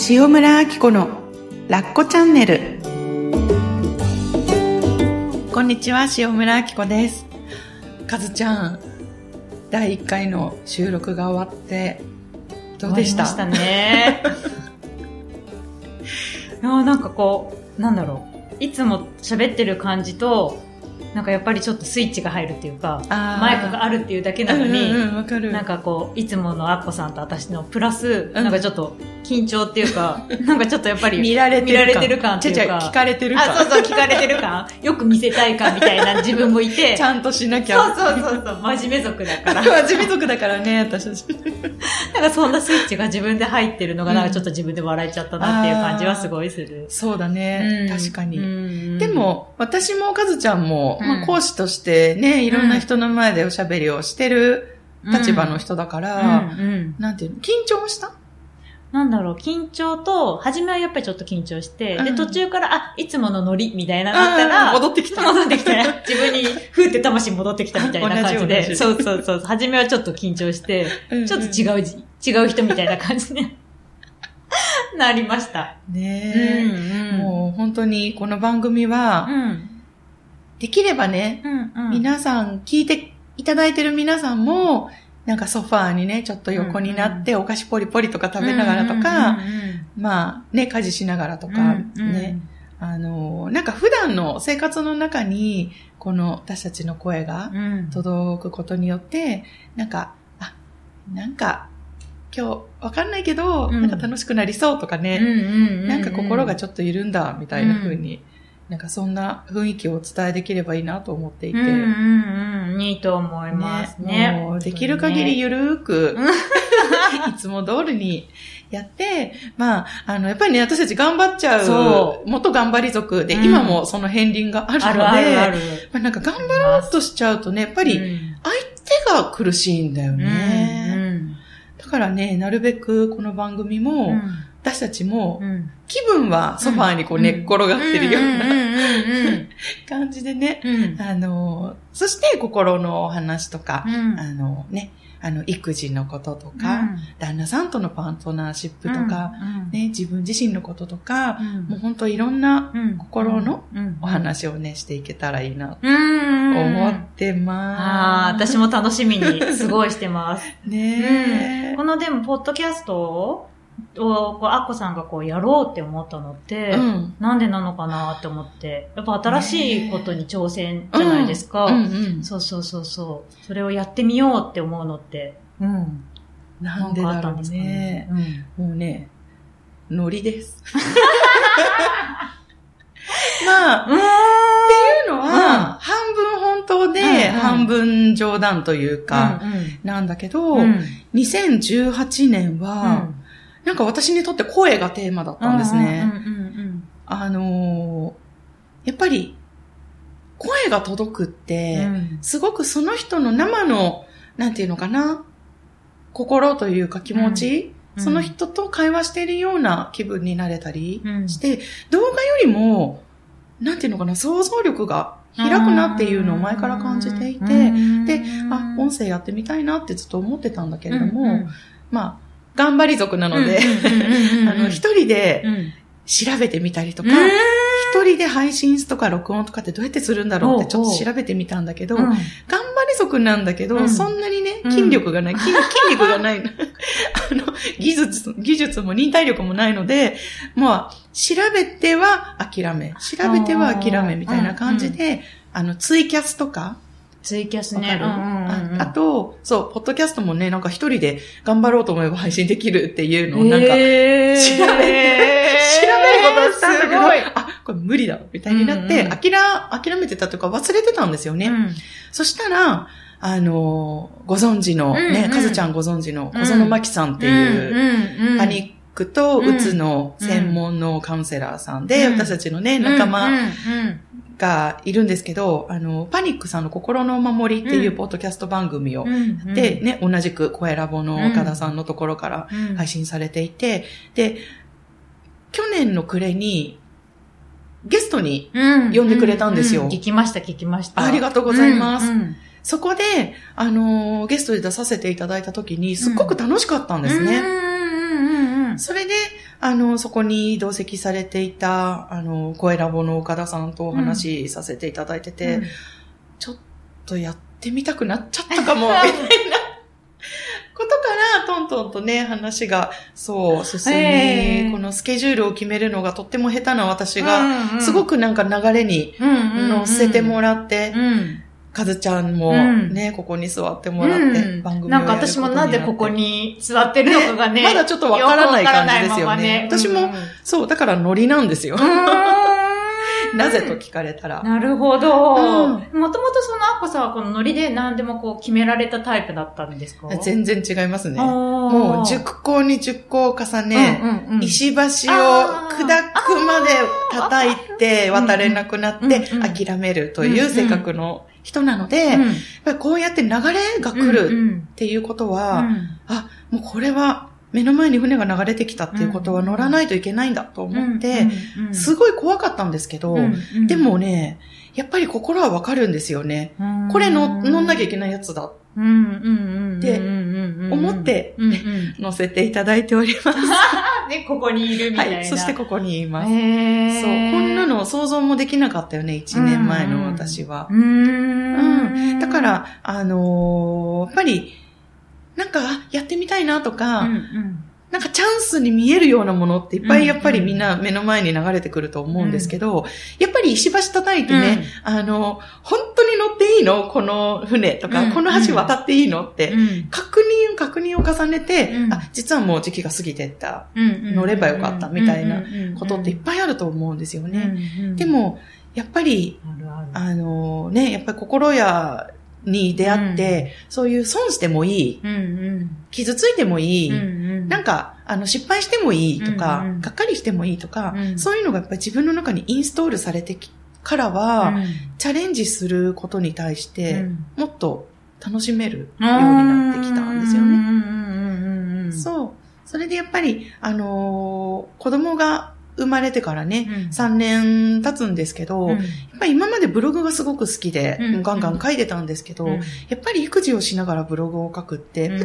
塩村あき子のラッコチャンネル。こんにちは、塩村あき子です。かずちゃん、第1回の収録が終わってどうでした？ 終わりましたね。なんかこう、なんだろう、いつも喋ってる感じとなんかやっぱりちょっとスイッチが入るっていうか、マイクがあるっていうだけなのに、 わかる。 なんかこういつものアッコさんと私のプラス、なんかちょっと緊張っていうか、なんかちょっとやっぱり見られてる感っていうか、 聞かれてる感。 そう聞かれてる感、よく見せたい感みたいな自分もいて、 ちゃんとしなきゃ。 そう真面目族だから。 真面目族だからね、私たち。 なんかそんなスイッチが自分で入ってるのが、なんかちょっと自分で笑えちゃったなっていう感じはすごいする。 そうだね、確かに。でも、私もかずちゃんも、講師としてね、いろんな人の前でおしゃべりをしてる立場の人だから、なんていうの、緊張した？ なんだろう、緊張と、初めはやっぱりちょっと緊張して、で、途中から、いつものノリみたいなのあったら、 戻ってきた。 自分に、ふーって魂戻ってきたみたいな感じで、そう。初めはちょっと緊張して、ちょっと違う人みたいな感じになりました。 ねえ、もう本当にこの番組は、できればね、皆さん、聞いていただいてる皆さんも、なんかソファーにね、ちょっと横になって、お菓子ポリポリとか食べながらとか、まあね、家事しながらとか、ね、なんか普段の生活の中に、この私たちの声が届くことによって、なんか今日わかんないけど、なんか楽しくなりそうとかね、なんか心がちょっと緩んだみたいな風に、なんかそんな雰囲気をお伝えできればいいなと思っていて。 いいと思いますね。 もうできる限りゆるーく、いつも通りにやって、まあ、やっぱりね、私たち頑張っちゃう、元頑張り族で、今もその片鱗があるので、まあ、なんか頑張ろうとしちゃうとね、やっぱり相手が苦しいんだよね。だからね、なるべくこの番組も、私たちも、気分はソファーにこう寝っ転がってるような感じでね、そして心のお話とか、育児のこととか、旦那さんとのパートナーシップとか、ね、自分自身のこととか、もう本当いろんな心のお話をね、していけたらいいなと思ってます。 私も楽しみにすごいしてます。 ね、 このでも、ポッドキャストをアッコさんがこうやろうって思ったのって、なんでなのかなって思って、やっぱ新しいことに挑戦じゃないですか。そう。それをやってみようって思うのって、 なんでだろうね。もうね、ノリです。まあ、っていうのは、半分本当で、半分冗談というか、なんだけど、2018年は、なんか私にとって声がテーマだったんですね。やっぱり声が届くって、すごくその人の生の、なんていうのかな、心というか気持ち、その人と会話しているような気分になれたりして、動画よりも、なんていうのかな、想像力が開くなっていうのを前から感じていて、で、音声やってみたいなってずっと思ってたんだけれども、まあ、頑張り族なので、一人で調べてみたりとか、一人で配信とか録音とかってどうやってするんだろうってちょっと調べてみたんだけど、頑張り族なんだけど、そんなにね、筋力がない、筋肉がない、技術も忍耐力もないので、まあ、調べては諦めみたいな感じで、ツイキャスとか、 ツイキャスね。 あと、そう、ポッドキャストもね、なんか一人で頑張ろうと思えば配信できるっていうのをなんか、調べることしたんだけど、これ無理だ、みたいになって、諦めてたというか忘れてたんですよね。そしたら、ご存知のね、かずちゃんご存知の小園真希さんっていう、パニックとうつの専門のカウンセラーさんで、私たちのね、仲間がいるんですけど、パニックさんの心の守りっていうポッドキャスト番組を、で、ね、同じく声ラボの岡田さんのところから配信されていて、で、去年の暮れに、ゲストに呼んでくれたんですよ。 聞きました。 ありがとうございます。そこで、ゲストで出させていただいたときに、すっごく楽しかったんですね。それで、 そこに同席されていた、声ラボの岡田さんとお話しさせていただいてて、ちょっとやってみたくなっちゃったかも、みたいなことから、トントンとね、話が、進み、このスケジュールを決めるのがとっても下手な私が、すごくなんか流れに乗せてもらって、かずちゃんもね、ここに座ってもらって、番組をやることになって。 なんか私もなんでここに座ってるのかがね、 まだちょっとわからない感じですよね。私も、そう、だからノリなんですよ。なぜと聞かれたら。 なるほど。もともとそのアッコさんはこのノリで何でもこう決められたタイプだったんですか？ 全然違いますね。もう10個に10個を重ね、石橋を砕くまで叩いて渡れなくなって諦めるという性格の人なので、やっぱりこうやって流れが来るっていうことは、もうこれは目の前に船が流れてきたっていうことは乗らないといけないんだと思って、すごい怖かったんですけど、でもね、やっぱり心はわかるんですよね。これ乗んなきゃいけないやつだって思って乗せていただいております。 で、ここにいるみたいな。はい、 そしてここにいます。そう、こんなの想像もできなかったよね、1年前の私は。だから、やっぱり、なんか、やってみたいなとか、なんかチャンスに見えるようなものっていっぱいやっぱりみんな目の前に流れてくると思うんですけど、やっぱり石橋叩いてね、本当に乗っていいのこの船とか、この橋渡っていいのって、確認を重ねて、実はもう時期が過ぎてった、乗ればよかったみたいなことっていっぱいあると思うんですよね。でも、やっぱり、やっぱり心や、に出会って、そういう損してもいい、傷ついてもいい、なんか、失敗してもいいとか、がっかりしてもいいとか、そういうのがやっぱり自分の中にインストールされてからは、チャレンジすることに対して、もっと楽しめるようになってきたんですよね。そう。それでやっぱり、子供が生まれてからね、3年経つんですけど、やっぱり今までブログがすごく好きで、ガンガン書いてたんですけど、やっぱり育児をしながらブログを書くって、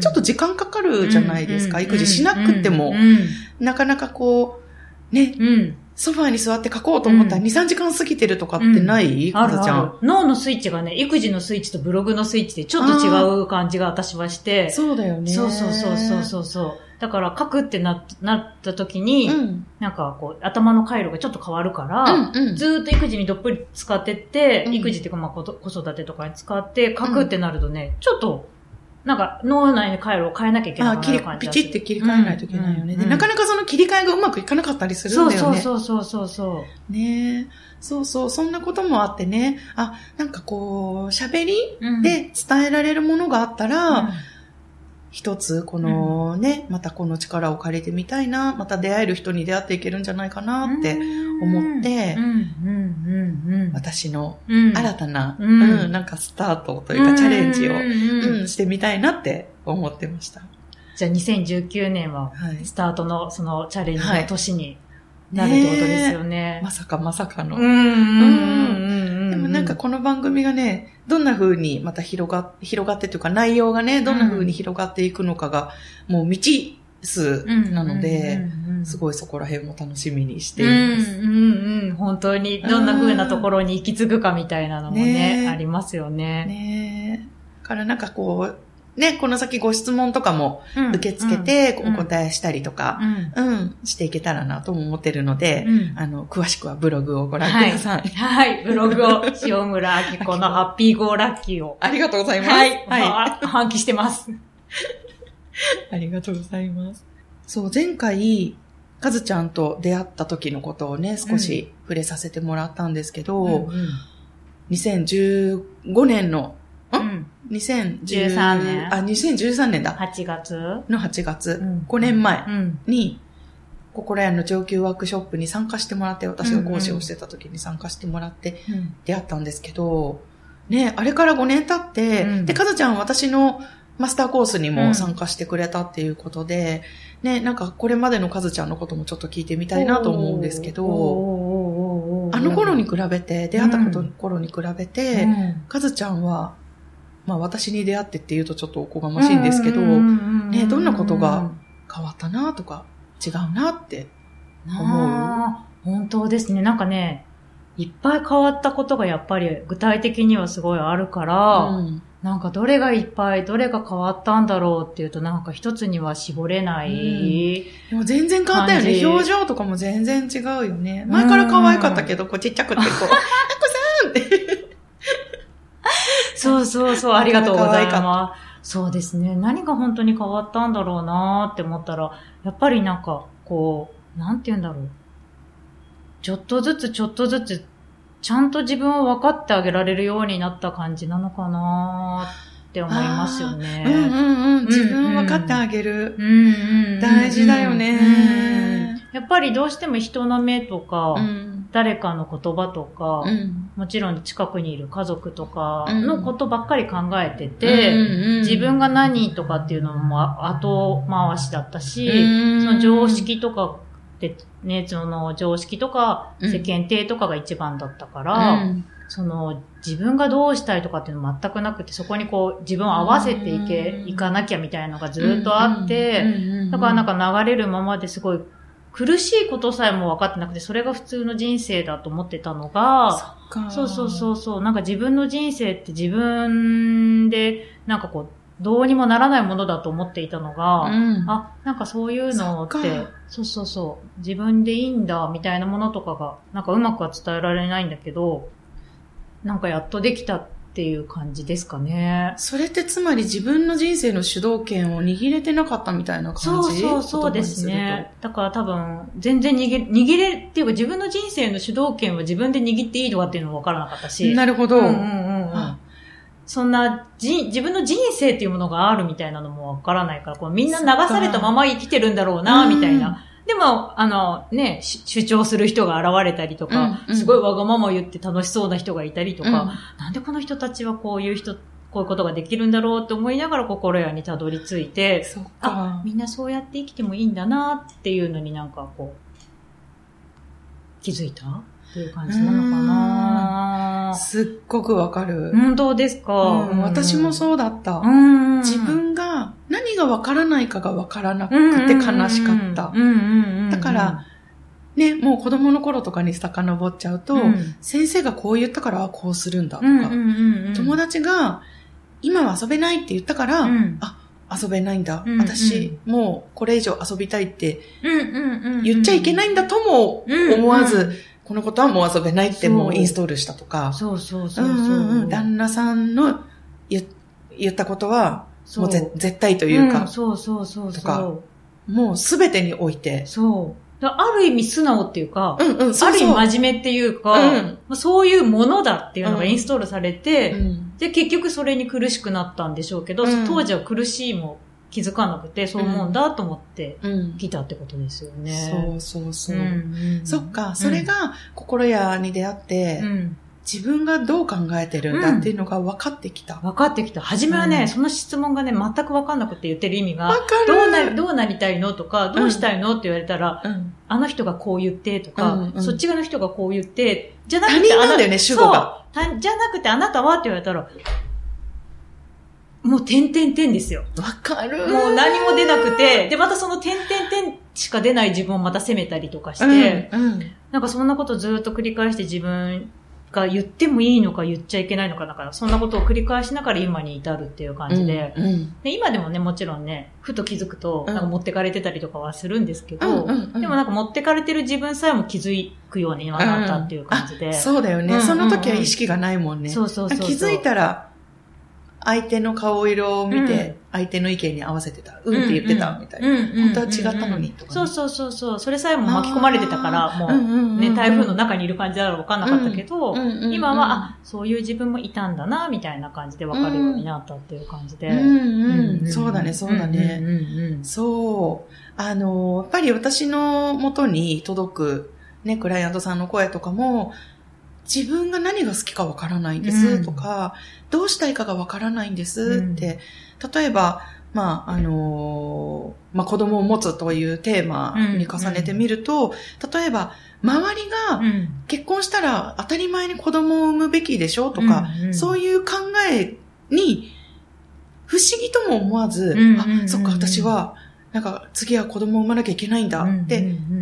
ちょっと時間かかるじゃないですか。育児しなくても、なかなかこう、ね、ソファーに座って書こうと思ったら2、3時間過ぎてるとかってないかずちゃん。 脳のスイッチがね、育児のスイッチとブログのスイッチでちょっと違う感じが私はして。 そうだよね。 そう。だから書くってなった時に、なんかこう頭の回路がちょっと変わるから、ずーっと育児にどっぷり使ってって、育児っていうかまあ子育てとかに使って書くってなるとね、ちょっと、なんか脳内の回路を変えなきゃいけない感じがする。 ピチって切り替えないといけないよね。でなかなかその切り替えがうまくいかなかったりするんだよね。 そう。 ねえ。そう、そんなこともあってね、なんかこう、喋りで伝えられるものがあったら、一つ、このね、またこの力を借りてみたいな、また出会える人に出会っていけるんじゃないかなって思って、私の新たな、なんかスタートというかチャレンジを、してみたいなって思ってました。 じゃあ2019年は、スタートのそのチャレンジの年になるってことですよね。 まさかの。でもなんかこの番組がね、どんな風にまた広がってというか内容がね、どんな風に広がっていくのかがもう未知数なので、すごいそこら辺も楽しみにしています。 本当にどんな風なところに行き継ぐかみたいなのもね、ありますよね。 ねえ。からなんかこう、ね、この先ご質問とかも受け付けてお答えしたりとか、していけたらなとも思ってるので、詳しくはブログをご覧ください。 はい、ブログを、塩村明子のハッピーゴーラッキーを。 ありがとうございます。 はい。反帰してます。 ありがとうございます。そう、前回、かずちゃんと出会った時のことをね、少し触れさせてもらったんですけど、2015年の 2013年。 2013年だ。 8月の8月。5年前に、心屋の上級ワークショップに参加してもらって、私が講師をしてた時に参加してもらって出会ったんですけど、ね、あれから5年経って、で、かずちゃんは私のマスターコースにも参加してくれたっていうことで、ね、なんかこれまでのかずちゃんのこともちょっと聞いてみたいなと思うんですけど、あの頃に比べて、出会った頃に比べて、かずちゃんは、まあ私に出会ってって言うとちょっとおこがましいんですけど、ね、どんなことが変わったなとか違うなって思う？ 本当ですね。なんかね、いっぱい変わったことがやっぱり具体的にはすごいあるから、なんかどれがいっぱい、どれが変わったんだろうっていうとなんか一つには絞れない。 でも全然変わったよね。表情とかも全然違うよね。前から可愛かったけど、こうちっちゃくてこう、あこさんって。 そうそうそう、ありがとうございます。そうですね。何が本当に変わったんだろうなって思ったら、やっぱりなんかこう、なんて言うんだろう。ちょっとずつ、ちゃんと自分を分かってあげられるようになった感じなのかなって思いますよね。 自分を分かってあげる。大事だよね。 やっぱりどうしても人の目とか、誰かの言葉とか、もちろん近くにいる家族とかのことばっかり考えてて、自分が何とかっていうのも後回しだったし、その常識とかでね、その常識とか世間体とかが一番だったから、その自分がどうしたいとかっていうの全くなくて、そこにこう自分を合わせていかなきゃみたいなのがずっとあって、だからなんか流れるままですごい苦しいことさえも分かってなくて、それが普通の人生だと思ってたのが、そう、なんか自分の人生って自分でなんかこう、どうにもならないものだと思っていたのが、なんかそういうのって、そう、自分でいいんだ、みたいなものとかが、なんかうまくは伝えられないんだけど、なんかやっとできたっていう感じですかね。 それってつまり自分の人生の主導権を握れてなかったみたいな感じ？ そうですね。だから多分、全然握れっていうか自分の人生の主導権は自分で握っていいとかっていうのも分からなかったし。 なるほど。 そんな自分の人生っていうものがあるみたいなのもわからないから、こうみんな流されたまま生きてるんだろうな、みたいな。でも、ね、主張する人が現れたりとか、すごいわがまま言って楽しそうな人がいたりとか、なんでこの人たちはこういうことができるんだろうって思いながら心屋にたどり着いて、みんなそうやって生きてもいいんだなっていうのになんかこう、気づいたっていう感じなのかな。 すっごくわかる。 本当ですか、 私もそうだった。自分が何がわからないかがわからなくて悲しかった。だから、ね、もう子供の頃とかに遡っちゃうと、先生がこう言ったからこうするんだとか、友達が今は遊べないって言ったから、遊べないんだ。私、もうこれ以上遊びたいって言っちゃいけないんだとも思わず、このことはもう遊べないってもうインストールしたとか。旦那さんの言ったことは、もう絶対というか。とか、もうすべてにおいて。 ある意味素直っていうか、ある意味真面目っていうか、そういうものだっていうのがインストールされて、で、結局それに苦しくなったんでしょうけど、当時は苦しいも気づかなくて、そう思うんだと思って来たってことですよね。 そう。そっか、それが心屋に出会って、自分がどう考えてるんだっていうのが分かってきた。 初めはね、その質問がね、全く分かんなくて言ってる意味が、どうなりたいのとか、どうしたいのって言われたら、あの人がこう言ってとか、そっち側の人がこう言って、じゃなくて、 他人なんだよね、主語が。 じゃなくてあなたはって言われたら、もう点ですよ。 わかる。 もう何も出なくて、で、またその点しか出ない自分をまた責めたりとかして、なんかそんなことずっと繰り返して自分が言ってもいいのか言っちゃいけないのか、だからそんなことを繰り返しながら今に至るっていう感じで、で今でもね、もちろんね、ふと気づくと、なんか持ってかれてたりとかはするんですけど、でもなんか持ってかれてる自分さえも気づくようにはなったっていう感じで。 そうだよね、その時は意識がないもんね。気づいたら、相手の顔色を見て、相手の意見に合わせてた。って言ってた、みたいな。本当は違ったのに、とか、 ね。そう。それさえも巻き込まれてたから、もう、ね、台風の中にいる感じだろう分かんなかったけど、今は、そういう自分もいたんだな、みたいな感じで分かるようになったっていう感じで。 そうだね。そう。やっぱり私の元に届く、ね、クライアントさんの声とかも、自分が何が好きかわからないんですとか、どうしたいかがわからないんですって、例えば、子供を持つというテーマに重ねてみると、例えば、周りが結婚したら当たり前に子供を産むべきでしょとか、そういう考えに不思議とも思わず、そっか、私は、なんか次は子供を産まなきゃいけないんだって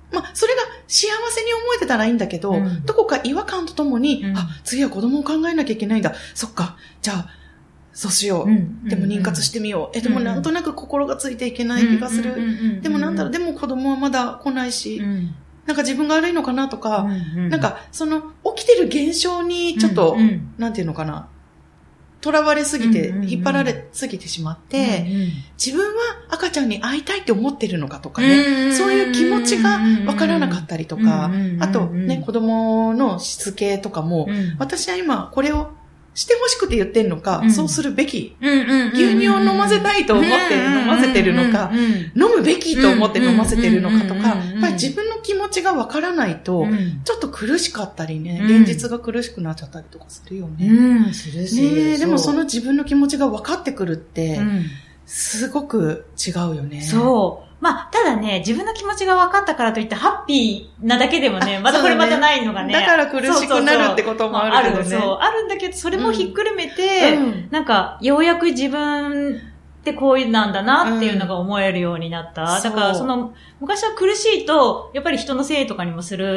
それが幸せに思えてたらいいんだけど、どこか違和感とともに、次は子供を考えなきゃいけないんだ。そっか、じゃあ、そうしよう。でも妊活してみよう。でもなんとなく心がついていけない気がする。でもなんだろう、でも子供はまだ来ないし、なんか自分が悪いのかなとか、なんかその起きてる現象にちょっと、なんていうのかな、囚われすぎて、引っ張られすぎてしまって、自分は赤ちゃんに会いたいって思ってるのかとかね、そういう気持ちがわからなかったりとか、あとね、子供のしつけとかも、私は今これをしてほしくて言ってんのか、そうするべき。牛乳を飲ませたいと思って飲ませてるのか、飲むべきと思って飲ませてるのかとか、やっぱり自分の気持ちがわからないと、ちょっと苦しかったりね、現実が苦しくなっちゃったりとかするよね。ね、でもその自分の気持ちが分かってくるって、すごく違うよね。 そう。ただね、自分の気持ちが分かったからといって、ハッピーなだけでもね、またこれまたないのがね。 だから苦しくなるってこともあるけどね。 そう、あるんだけど、それもひっくるめて、なんか、ようやく自分ってこういうなんだなっていうのが思えるようになった。だから、昔は苦しいと、やっぱり人のせいとかにもして、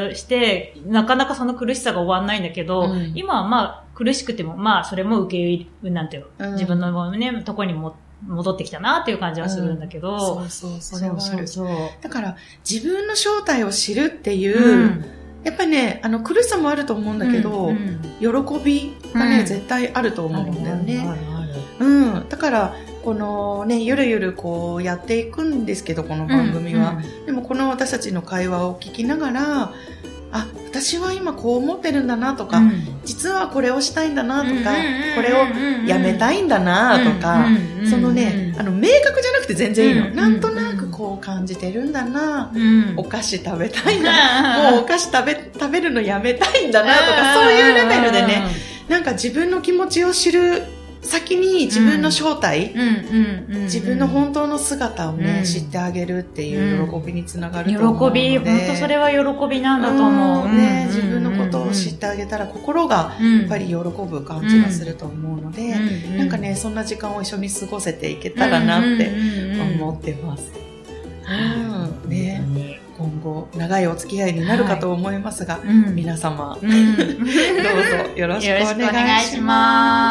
なかなかその苦しさが終わんないんだけど、今は苦しくても、それも受け入れる、なんていうの、自分のね、とこにも戻ってきたなっていう感じはするんだけど。 それはある。だから、自分の正体を知るっていう、やっぱりね、苦しさもあると思うんだけど、喜びがね、絶対あると思うんだよね。だから、このね、ゆるゆるこうやっていくんですけど、この番組は。でもこの私たちの会話を聞きながら、私は今こう思ってるんだなとか、実はこれをしたいんだなとか、これをやめたいんだなとか、そのね、明確じゃなくて全然いいの。なんとなくこう感じてるんだな、お菓子食べたいんだ、もうお菓子食べるのやめたいんだなとか、そういうレベルでね、なんか自分の気持ちを知る先に自分の正体、自分の本当の姿をね、知ってあげるっていう喜びにつながると思うので。 喜び、本当それは喜びなんだと思う。 自分のことを知ってあげたら心がやっぱり喜ぶ感じがすると思うので、なんかね、そんな時間を一緒に過ごせていけたらなって思ってます。ね、今後長いお付き合いになるかと思いますが、皆様、どうぞよろしくお願いします。